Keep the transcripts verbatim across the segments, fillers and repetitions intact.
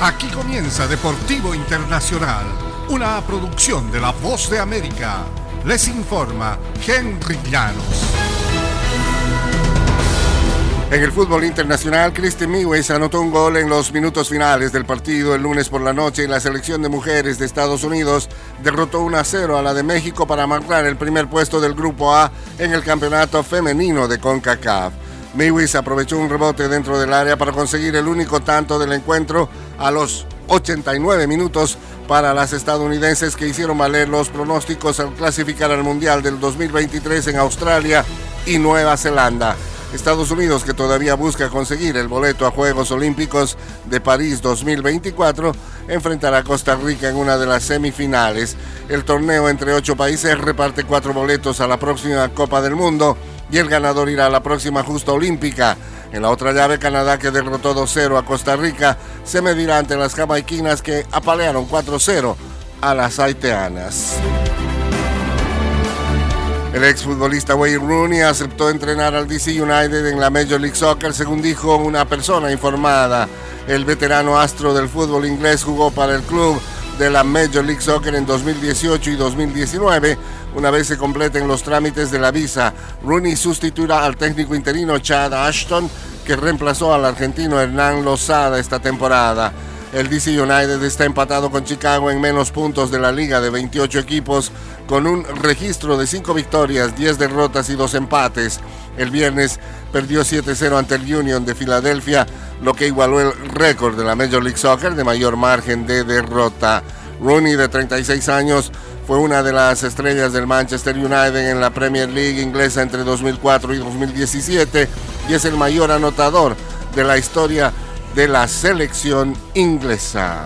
Aquí comienza Deportivo Internacional, una producción de La Voz de América. Les informa Henry Llanos. En el fútbol internacional, Kristen Mewes anotó un gol en los minutos finales del partido el lunes por la noche y la selección de mujeres de Estados Unidos derrotó uno a cero a la de México para amarrar el primer puesto del Grupo A en el campeonato femenino de CONCACAF. Mewes aprovechó un rebote dentro del área para conseguir el único tanto del encuentro a los ochenta y nueve minutos para las estadounidenses, que hicieron valer los pronósticos al clasificar al Mundial del dos mil veintitrés en Australia y Nueva Zelanda. Estados Unidos, que todavía busca conseguir el boleto a Juegos Olímpicos de París dos mil veinticuatro, enfrentará a Costa Rica en una de las semifinales. El torneo entre ocho países reparte cuatro boletos a la próxima Copa del Mundo y el ganador irá a la próxima justa olímpica. En la otra llave, Canadá, que derrotó dos cero a Costa Rica, se medirá ante las jamaiquinas, que apalearon cuatro cero a las haitianas. El exfutbolista Wayne Rooney aceptó entrenar al D C United en la Major League Soccer, según dijo una persona informada. El veterano astro del fútbol inglés jugó para el club de la Major League Soccer en dos mil dieciocho y dos mil diecinueve. Una vez se completen los trámites de la visa, Rooney sustituirá al técnico interino Chad Ashton, que reemplazó al argentino Hernán Lozada esta temporada. El D C United está empatado con Chicago en menos puntos de la liga de veintiocho equipos, con un registro de cinco victorias, diez derrotas y dos empates. El viernes perdió siete cero ante el Union de Filadelfia, lo que igualó el récord de la Major League Soccer de mayor margen de derrota. Rooney, de treinta y seis años, fue una de las estrellas del Manchester United en la Premier League inglesa entre dos mil cuatro y dos mil diecisiete y es el mayor anotador de la historia de la selección inglesa.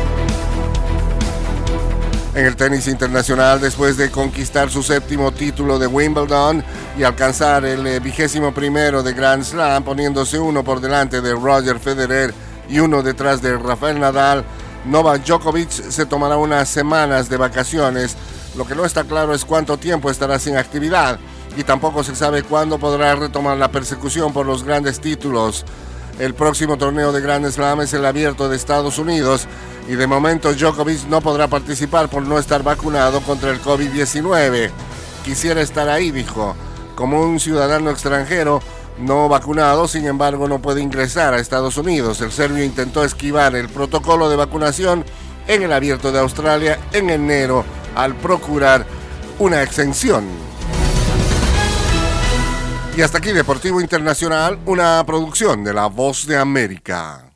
En el tenis internacional, después de conquistar su séptimo título de Wimbledon y alcanzar el vigésimo primero de Grand Slam, poniéndose uno por delante de Roger Federer y uno detrás de Rafael Nadal, Novak Djokovic se tomará unas semanas de vacaciones. Lo que no está claro es cuánto tiempo estará sin actividad y tampoco se sabe cuándo podrá retomar la persecución por los grandes títulos. El próximo torneo de Grand Slam es el Abierto de Estados Unidos y de momento Djokovic no podrá participar por no estar vacunado contra el COVID diecinueve. Quisiera estar ahí, dijo. Como un ciudadano extranjero no vacunado, sin embargo, no puede ingresar a Estados Unidos. El serbio intentó esquivar el protocolo de vacunación en el Abierto de Australia en enero al procurar una exención. Y hasta aquí Deportivo Internacional, una producción de La Voz de América.